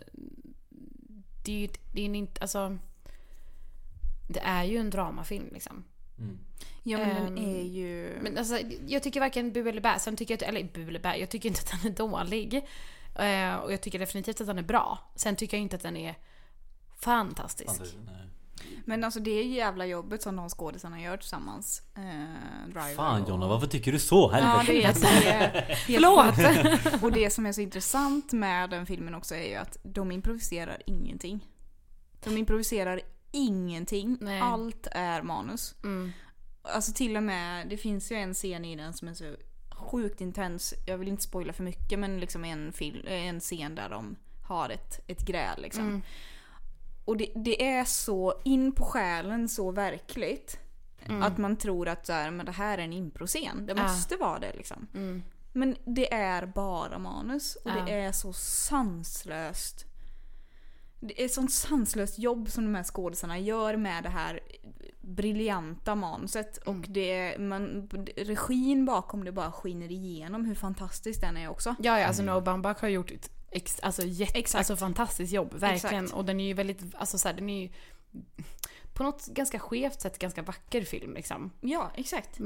det är inte, alltså det är ju en dramafilm liksom. Ja men den är ju... Men alltså, jag tycker varken bu eller bä. Sen tycker jag tycker inte att den är dålig. Och jag tycker definitivt att den är bra. Sen tycker jag inte att den är fantastisk. Men alltså det är jävla jobbet som de skådespelarna gör tillsammans. Driver Fan Jonna, varför tycker du så? Ja, det är förlåt. Och det som är så intressant med den filmen också är ju att de improviserar ingenting. De improviserar ingenting. Nej. Allt är manus. Alltså till och med, det finns ju en scen i den som är så sjukt intens. Jag vill inte spoila för mycket, men liksom en scen där de har ett gräl liksom. Och det är så in på själen, så verkligt att man tror att så här, men det här är en improscen. Det måste vara det liksom. Men det är bara manus och det är så sanslöst. Det är sånt sanslöst jobb som de här skådespelarna gör med det här briljanta manuset och regin bakom det bara skiner igenom hur fantastisk den är också. Ja, alltså Noah Baumbach har gjort ett alltså fantastiskt jobb, verkligen. Exakt. Och den är ju väldigt, alltså så här, den är ju på något ganska skevt sätt ganska vacker film liksom. Ja, exakt.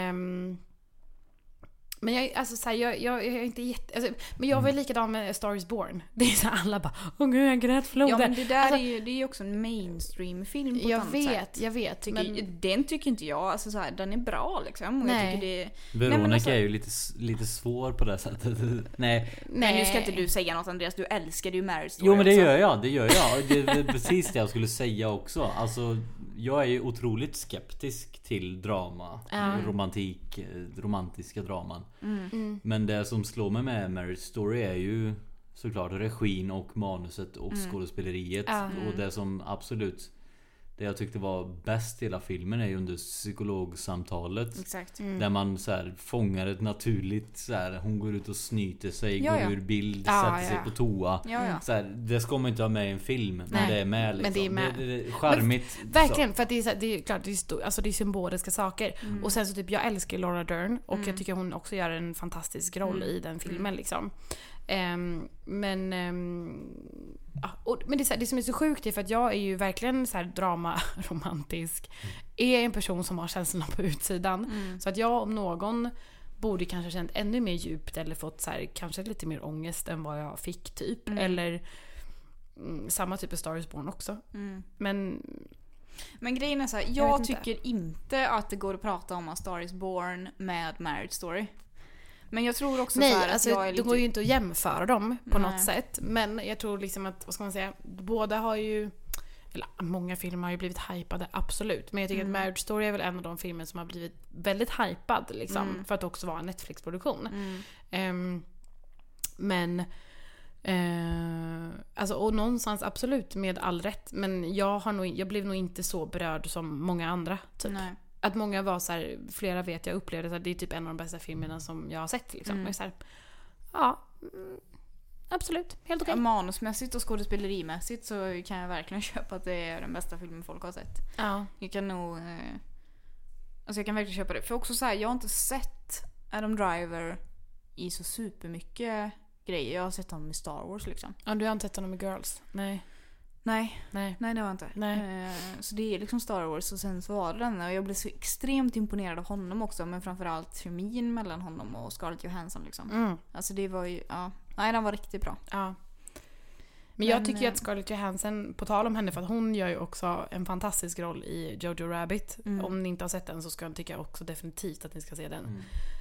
Men jag, alltså så här, jag är inte men jag var likadan med Star is Born. Det är så här, alla bara, åh gud, jag grät floden. Ja, men det där alltså, är ju också en mainstream-film på ett annat sätt. Jag vet. Den tycker inte jag, alltså så här, den är bra liksom. Och jag tycker Veronica alltså, är ju lite svår på det sättet. Nej, nu ska inte du säga något, Andreas. Du älskar ju Marriage Story. Jo, men det gör jag. Det är precis det jag skulle säga också. Alltså, jag är ju otroligt skeptisk till drama, romantiska draman. Men det som slår mig med Marriage Story är ju såklart regin och manuset och skådespeleriet. Och det som absolut, det jag tyckte var bäst i hela filmen är ju under psykologsamtalet. Exakt. Där man så här fångar ett naturligt så här, hon går ut och snyter sig, går ur bild, sätter sig på toa. Så här, det ska man inte ha med i en film, men det är med liksom. Men det är med. Det är charmigt. Verkligen, så. För att det är klart, alltså det är symboliska saker. Och sen så typ, jag älskar Laura Dern och jag tycker hon också gör en fantastisk roll i den filmen liksom. Men det är så här, det som är så sjukt är för att jag är ju verkligen så här drama-romantisk. Är en person som har känslorna på utsidan. Så att jag om någon borde kanske känt ännu mer djupt eller fått så här, kanske lite mer ångest än vad jag fick typ. Eller samma typ av Star is Born också. Men grejen är så här, jag tycker inte att det går att prata om A Star is Born med Marriage Story. Men jag tror också så här alltså, att jag är lite... det går ju inte att jämföra dem på något sätt. Men jag tror liksom att, vad ska man säga, båda har ju, eller många filmer har ju blivit hypade, absolut. Men jag tycker att Marriage Story är väl en av de filmer som har blivit väldigt hypad liksom, för att också vara en Netflix-produktion. Alltså, och någonstans absolut med all rätt. Men jag blev nog inte så berörd som många andra typ. Nej. Att många var så här, flera vet jag upplevde att det är typ en av de bästa filmerna som jag har sett liksom. Och så här, absolut, helt okej. Manusmässigt och skådespelerimässigt så kan jag verkligen köpa att det är den bästa filmen folk har sett. Jag kan nog alltså jag kan verkligen köpa det. För också så här, jag har inte sett Adam Driver i så supermycket grejer. Jag har sett honom i Star Wars liksom. Ja, du har inte sett honom i Girls? Nej. Nej, det var inte. Så det är liksom Star Wars och sen så var det den. Och jag blev så extremt imponerad av honom också. Men framförallt kemin mellan honom och Scarlett Johansson liksom. Alltså det var ju, nej, den var riktigt bra. Ja. Men jag tycker ju att Scarlett Johansson, på tal om henne, för att hon gör ju också en fantastisk roll i Jojo Rabbit. Om ni inte har sett den så ska jag tycka också definitivt att ni ska se den.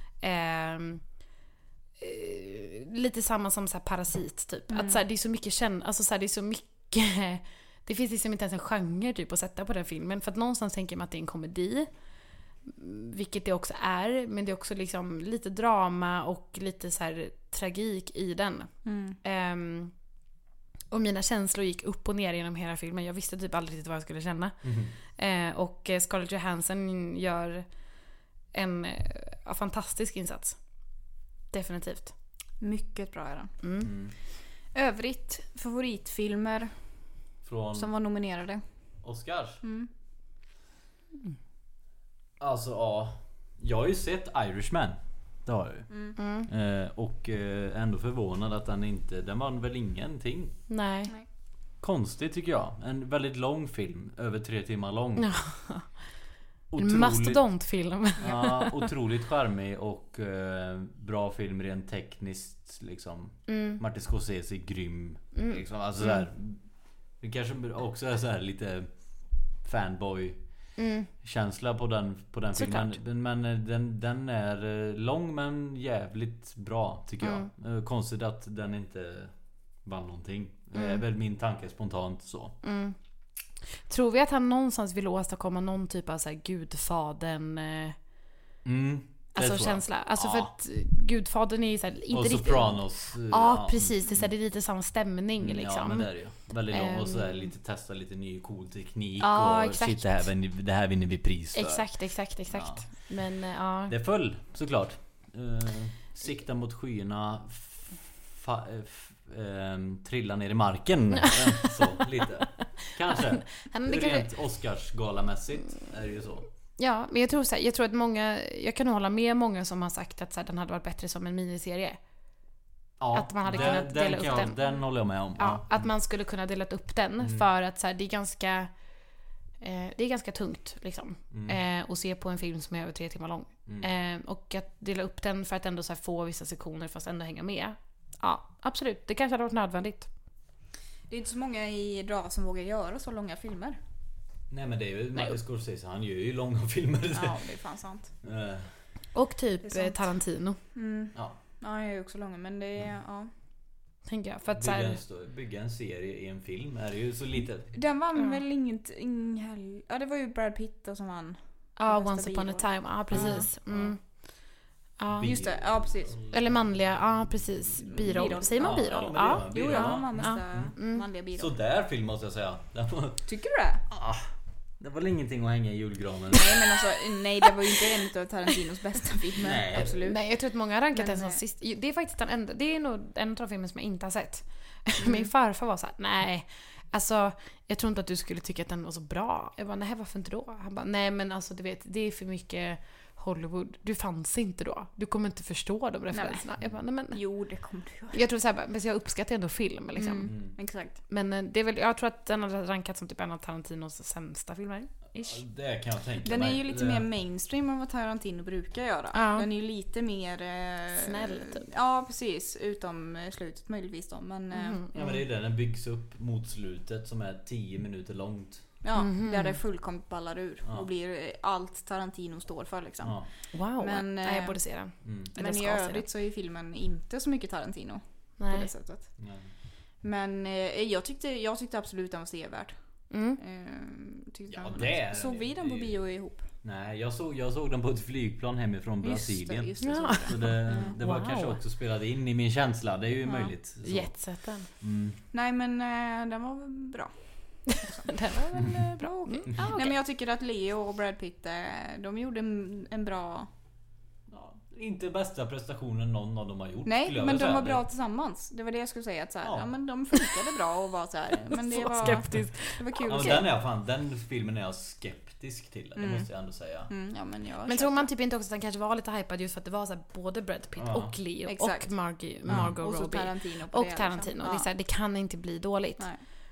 Lite samma som så här Parasit typ. Att så här, det är så mycket alltså så här, det är så mycket det finns liksom inte ens en genre typ att sätta på den filmen, för att någonstans tänker man att det är en komedi, vilket det också är, men det är också liksom lite drama och lite så här tragik i den. Och mina känslor gick upp och ner genom hela filmen. Jag visste typ aldrig vad jag skulle känna. Och Scarlett Johansson gör en fantastisk insats. Definitivt. Mycket bra är den. Övrigt, favoritfilmer som var nominerade. Oscars? Alltså, jag har ju sett Irishman. Det har jag ju. Och ändå förvånad att den var väl ingenting. Nej. Konstigt tycker jag. En väldigt lång film, över 3 timmar lång. En mastodontfilm. Ja, otroligt charmig och bra film rent tekniskt liksom. Martin Scorsese grym liksom. Alltså så här, det kanske också är så här lite fanboy känsla på den filmen. Men den är lång men jävligt bra tycker jag. Konstigt att den inte vann någonting. Det är väl min tanke spontant så. Tror vi att han någonstans vill åstadkomma någon typ av så här Gudfadern alltså känsla. Alltså för att Gudfadern är ju så här, inte och riktigt Sopranos. Ja, precis. Det är lite lite samma stämning liksom. Ja, men det är det ju. Väldigt lång och så är lite testa lite ny cool teknik och exakt. Det här vinner vi pris för. Exakt. Ja. Men det föll såklart. Sikta mot skyarna trilla ner i marken så lite. Kanske. Rent Oscarsgalamässigt är det ju så. Ja, men jag tror att många, jag kan nog hålla med många som har sagt att så här, den hade varit bättre som en miniserie. Ja, att man hade kunnat dela upp den. Den håller jag med om. Ja, att man skulle kunna dela upp den för att så här, det är ganska tungt liksom. Att se på en film som är över 3 timmar lång. Och att dela upp den för att ändå så här, få vissa sektioner fast ändå hänga med. Ja, absolut. Det kanske hade varit nödvändigt. Det är inte så många idag som vågar göra så långa filmer. Nej, men det är ju Martin Scorsese, han gör ju långa filmer. Ja, det är fan sant. Och typ Tarantino. Ja, jag är också långa, men det är tänker jag, för att bygga en serie i en film är ju så lite. Den vann väl ingenting heller. Ja, det var ju Brad Pitt som vann. Ja, Once upon a time. Ja, precis. Ja, just det. Ja, precis. Eller manliga, ja precis. Biroll. Säger man biroll? Ja. Jo, jag har mesta manliga biroll. Så där film måste jag säga. Tycker du det? Det var väl ingenting att hänga i julgranen. Nej, men alltså, det var ju inte en av Tarantinos bästa filmer. Nej, absolut. Nej, jag tror att många har rankat den som sist. Det är faktiskt det är nog en av filmerna som jag inte har sett. Min farfar var så här: nej, alltså jag tror inte att du skulle tycka att den var så bra. Jag bara, nej, varför inte då? Han bara, nej, men alltså du vet, det är för mycket Hollywood. Du fanns inte då. Du kommer inte förstå de referenserna. Jag bara, nej, men jo, det kommer du göra. Jag tror så här, men jag uppskattar ändå film liksom. Exakt. Men det är väl, jag tror att den har rankats som typ en av Tarantinos sämsta filmer. Ish. Det kan jag tänka den är ju lite mer mainstream än vad Tarantino brukar göra. Ja. Den är ju lite mer snäll typ. Ja, precis, utom slutet möjligtvis då, men ja, men det är den byggs upp mot slutet som är 10 minuter långt. Ja, där det fullkomligt ballar ur och blir allt Tarantino står för liksom. Ja. Wow, men jag borde se den. Men i övrigt så är filmen inte så mycket Tarantino på det sättet. Nej. Men jag tyckte absolut den var sevärd. Såg vi den på bio ihop? Nej, jag såg den på ett flygplan hemifrån Brasilien. Just det, så det var kanske också spelade in i min känsla. Det är ju möjligt. Jetsetten. Nej, men den var väl bra. Den var väl bra. Okay. Nej, men jag tycker att Leo och Brad Pitt de gjorde en bra... Inte bästa prestationen någon av dem har gjort. Nej, men de var bra tillsammans. Det var det jag skulle säga, att så här, men de funkade bra och var så här, men det var skeptisk. Det var kul. Den filmen är jag skeptisk till. Det måste jag ändå säga. Men tror man typ inte också att den kanske var lite hypad just för att det var så här, både Brad Pitt och Leo och Margot Robbie Tarantino och Tarantino. Det är så här, det kan inte bli dåligt.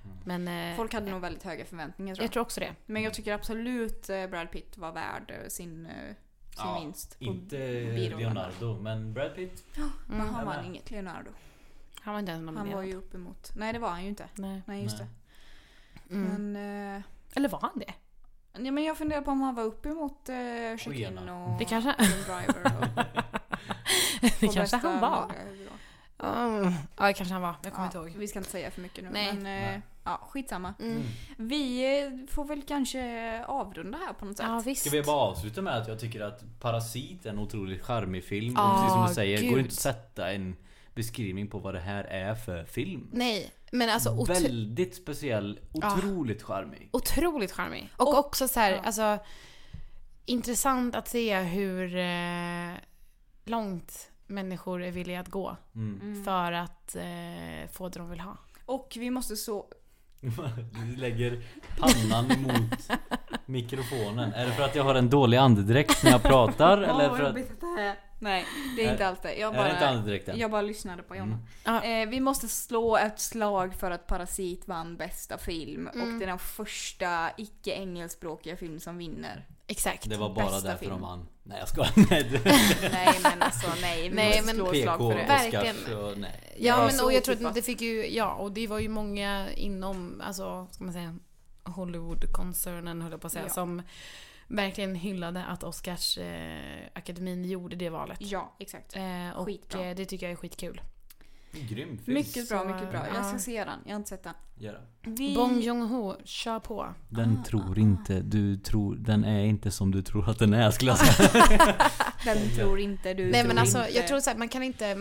Men folk hade nog väldigt höga förväntningar, tror jag tror också det. Men jag tycker absolut Brad Pitt var värd sin vinst på inte birolen. Leonardo, men Brad Pitt. Men han var inget Leonardo. Han var inte ens nominerad. Han var ju uppemot. Nej, det var han ju inte. Nej, just det. Men eller var han det? Ja, men jag funderar på om han var uppemot Check-in och det kanske Driver och det kanske han var. Ja, det kanske han var. Jag kommer inte ihåg. Vi ska inte säga för mycket nu. Nej. Men skitsamma. Vi får väl kanske avrunda här på något sätt. Ja, visst. Ska vi bara avsluta med att jag tycker att Parasit är en otroligt charmig film. Och precis som du säger, går inte att sätta en beskrivning på vad det här är för film. Nej, men alltså väldigt speciell, otroligt charmig. Otroligt charmig. Och också så här, alltså intressant att se hur långt människor är villiga att gå för att få det de vill ha. Och vi måste Du lägger pannan emot mikrofonen. Är det för att jag har en dålig andedräkt när jag pratar? Eller för att... Nej, det är inte allt det. Jag bara lyssnade på Jonna. Vi måste slå ett slag för att Parasit vann bästa film. Och det är den första icke-engelskspråkiga film som vinner. Exakt. Det var bara därför film. De vann. Nej, jag ska nej, men alltså nej men slå slag för det. Verkligen. Och, nej. Ja, men och jag tror att det fick ju och det var ju många inom, alltså ska man säga, Hollywood-koncernen, höll jag på att säga, som verkligen hyllade att Oscars akademin gjorde det valet. Ja, exakt. Och det tycker jag är skitkul. Grym film. Mycket bra. Jag ska se den. Jag har inte sett den. Bong Joon-ho, kör på. Den tror inte, den är inte som du tror att den är, skulle jag säga. Den tror inte, du. Nej, men alltså, jag tror så här, man kan inte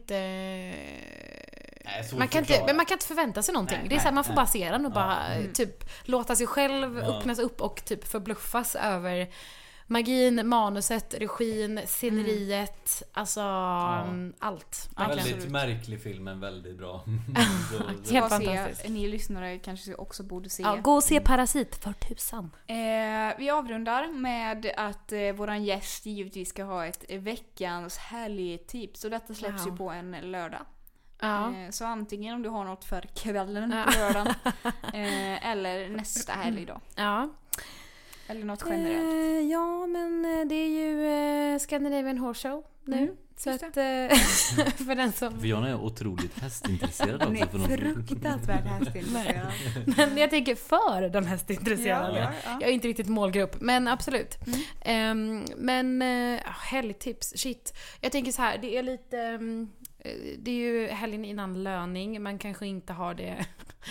förvänta sig någonting. Det är så här, man får bara se den och bara typ låta sig själv öppnas upp och typ förbluffas över magin, manuset, regin, sceneriet, alltså allt. Väldigt märklig film, men väldigt bra. Helt fantastiskt. Ni lyssnare kanske också borde se. Ja, gå och se Parasit för tusan. Vi avrundar med att våran gäst givetvis ska ha ett veckans helgtips. Och detta släpps ju på en lördag. Så antingen om du har något för kvällen på lördagen eller nästa helg då. Ja. Eller något generellt. Ja, men det är ju Scandinavian Horse Show nu. Så att, för den som... För jag är otroligt hästintresserad också. Hon är fruktansvärt hästintresserad. Men jag tänker för de hästintresserade. Ja. Jag är inte riktigt målgrupp, men absolut. Men helgtips, shit. Jag tänker så här, det är lite... Det är ju helgen innan löning. Man kanske inte har det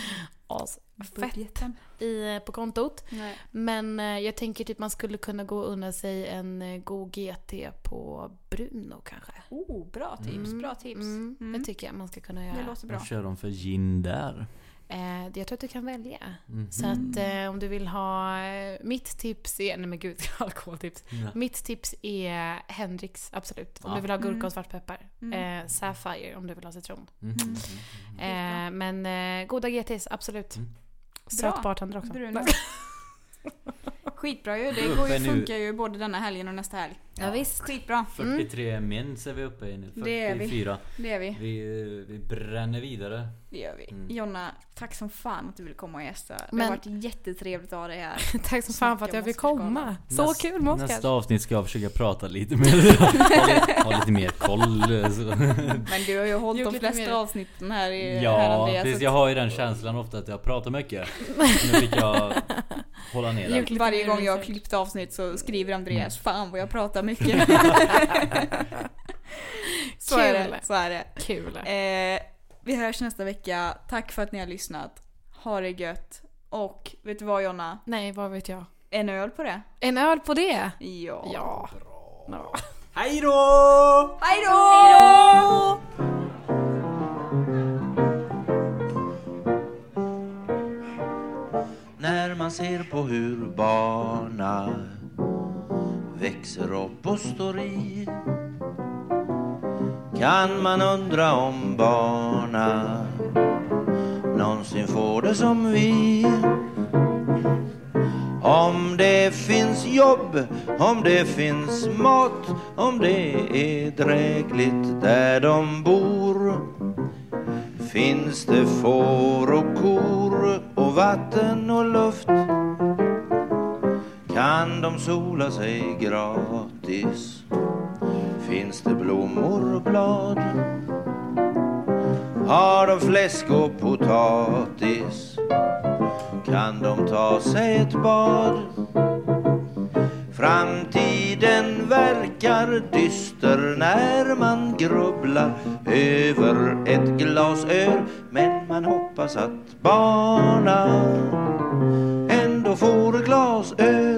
fett på kontot. Nej. Men jag tänker typ man skulle kunna gå undan sig en god GT på Bruno kanske. Bra tips. Det tycker jag man ska kunna göra. Det låter bra. Vad kör de för gin där? Jag tror att du kan välja. Så att om du vill ha mitt tips är, nej men gud, alkoholtips. Mitt tips är Hendrix, absolut. Om du vill ha gurka och svartpeppar. Sapphire om du vill ha citron. Men goda GTs, absolut. Söt bartender också. Skitbra ju. Det funkar ju både denna helgen och nästa helg. Ja, visst. Skitbra. 43 minns är vi uppe i nu. 44. Det är vi. Vi bränner vidare. Det gör vi. Jonna, tack som fan att du ville komma och gästa. Det har varit jättetrevligt att ha dig här. Tack som fan för att jag fick komma. Så kul med Oscar. Nästa avsnitt ska jag försöka prata lite mer. Ha lite mer koll. Men du har ju hållit de flesta avsnitten här i Andreas. Precis, jag har ju den känslan ofta att jag pratar mycket. Nu fick jag hålla ner där. Varje gång jag har klippt avsnitt så skriver Andreas fan vad jag pratar mycket. Så är det. Kul. Vi hörs nästa vecka. Tack för att ni har lyssnat. Ha det gött. Och vet du vad, Jonna? Nej, vad vet jag? En öl på det. En öl på det? Ja. Bra. Hej då! Hej då! När man ser på hur barna växer upp och står i, kan man undra om barna någonsin får det som vi. Om det finns jobb, om det finns mat, om det är drägligt där de bor, finns det får och kor och vatten och luft. Kan de sola sig gratis, finns det blommor och blad. Har de fläsk och potatis, kan de ta sig ett bad. Framtiden verkar dyster när man grubblar över ett glas öl. Men man hoppas att barna ändå får ett glas öl.